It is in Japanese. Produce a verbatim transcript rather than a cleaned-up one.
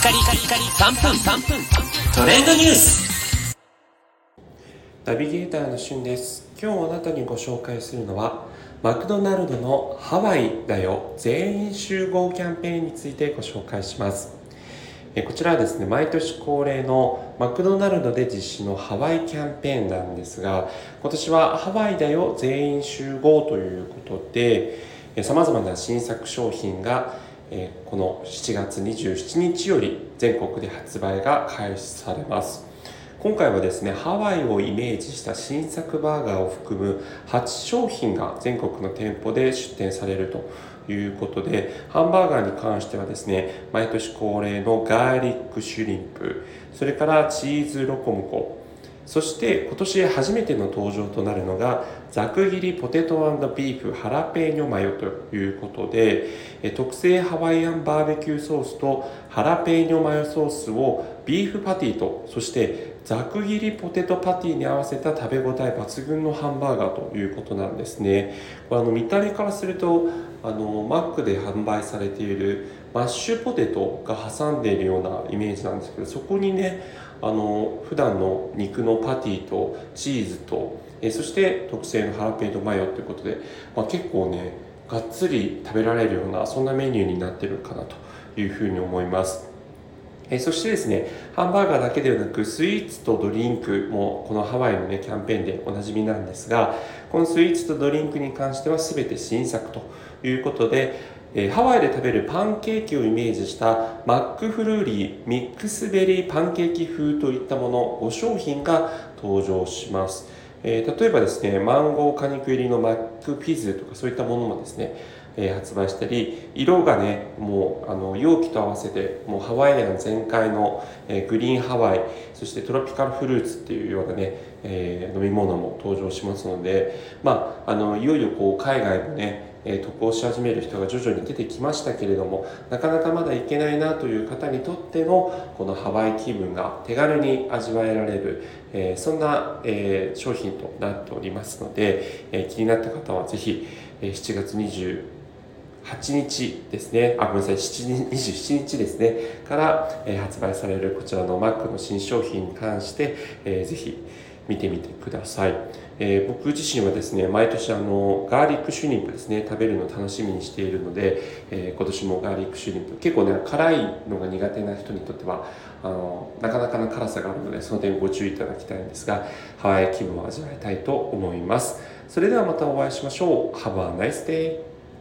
カリカリカリさんぷんさんぷんトレンドニュース。 ナビゲーターのしゅんです。今日あなたにご紹介するのはマクドナルドのハワイだよ全員集合キャンペーンについてご紹介します。えこちらはですね、毎年恒例のマクドナルドで実施のハワイキャンペーンなんですが、今年はハワイだよ全員集合ということで、さまざまな新作商品がこのしちがつにじゅうしちにちより全国で発売が開始されます。今回はですね、ハワイをイメージした新作バーガーを含むはちしょうひんが全国の店舗で出店されるということで、ハンバーガーに関してはですね、毎年恒例のガーリックシュリンプ、それからチーズロコモコ、そして今年初めての登場となるのがざく切りポテト&ビーフハラペーニョマヨということで、特製ハワイアンバーベキューソースとハラペーニョマヨソースをビーフパティと、そしてざく切りポテトパティに合わせた食べ応え抜群のハンバーガーということなんですね。これあの見た目からするとあのマックで販売されているマッシュポテトが挟んでいるようなイメージなんですけど、そこにねあの普段の肉のパティとチーズとえそして特製のハラペーニョマヨということで、まあ、結構ねがっつり食べられるようなそんなメニューになってるかなというふうに思います。えそしてですね、ハンバーガーだけではなくスイーツとドリンクもこのハワイの、ね、キャンペーンでおなじみなんですが、このスイーツとドリンクに関しては全て新作ということで、えハワイで食べるパンケーキをイメージしたマックフルーリーミックスベリーパンケーキ風といったものごしょうひんが登場します。えー、例えばですね、マンゴー果肉入りのマックフィズとかそういったものもですね、えー、発売したり、色がねもうあの容器と合わせてもうハワイアン全開の、えー、グリーンハワイ、そしてトロピカルフルーツっていうようなね、えー、飲み物も登場しますので、まああのいよいよこう海外もね渡航し始める人が徐々に出てきましたけれども、なかなかまだ行けないなという方にとってのこのハワイ気分が手軽に味わえられる、えー、そんな、えー、商品となっておりますので、えー、気になった方はぜひ、えー、しちがつにじゅうはちにちですね、あ、ごめんなさい、にじゅうしちにちですね、から、えー、発売されるこちらのマックの新商品に関して、えー、ぜひ見てみてください。えー、僕自身はですね、毎年あのガーリックシュリンプですね、食べるのを楽しみにしているので、えー、今年もガーリックシュリンプ、結構ね辛いのが苦手な人にとってはあのなかなかの辛さがあるので、その点ご注意いただきたいんですが、ハワイ気分を味わいたいと思います。それではまたお会いしましょう。Have a nice day!